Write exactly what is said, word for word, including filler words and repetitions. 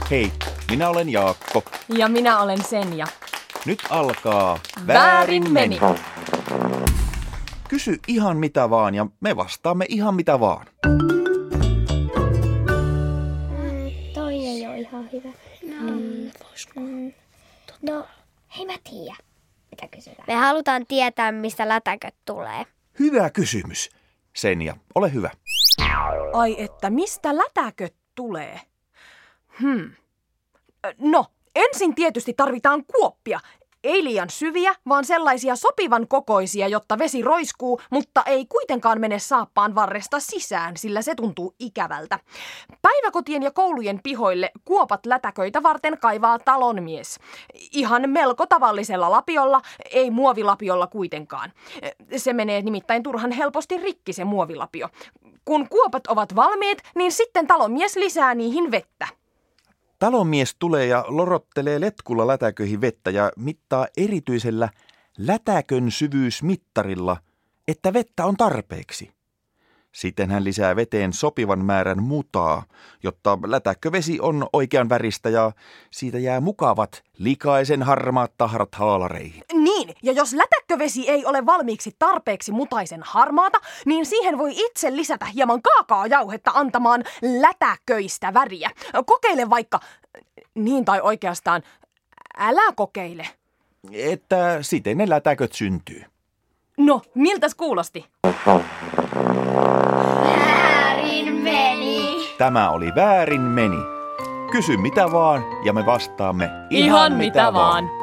Hei, minä olen Jaakko. Ja minä olen Senja. Nyt alkaa Väärin meni. Kysy ihan mitä vaan ja me vastaamme ihan mitä vaan. Toi ei ole ihan hyvä. No, mm. no hei mä tiedän, mitä kysytään. Me halutaan tietää, mistä lätäköt tulee. Hyvä kysymys. Senja, ole hyvä. Ai että, mistä lätäköt tulee? Hmm. No, ensin tietysti tarvitaan kuoppia. Ei liian syviä, vaan sellaisia sopivan kokoisia, jotta vesi roiskuu, mutta ei kuitenkaan mene saappaan varresta sisään, sillä se tuntuu ikävältä. Päiväkotien ja koulujen pihoille kuopat lätäköitä varten kaivaa talonmies. Ihan melko tavallisella lapiolla, ei muovilapiolla kuitenkaan. Se menee nimittäin turhan helposti rikki se muovilapio. Kun kuopat ovat valmiit, niin sitten talonmies lisää niihin vettä. Talonmies tulee ja lorottelee letkulla lätäköihin vettä ja mittaa erityisellä lätäkön syvyysmittarilla, että vettä on tarpeeksi. Sitten hän lisää veteen sopivan määrän mutaa, jotta lätäkkövesi on oikean väristä ja siitä jää mukavat likaisen harmaat tahrat haalareihin. Niin, ja jos lätäkkövesi ei ole valmiiksi tarpeeksi mutaisen harmaata, niin siihen voi itse lisätä hieman kaakaojauhetta antamaan lätäköistä väriä. Kokeile vaikka, niin tai oikeastaan, älä kokeile. Että siten ne lätäköt syntyy. No, miltäs kuulosti? Väärin meni. Tämä oli Väärin meni. Kysy mitä vaan ja me vastaamme Ihan mitä vaan.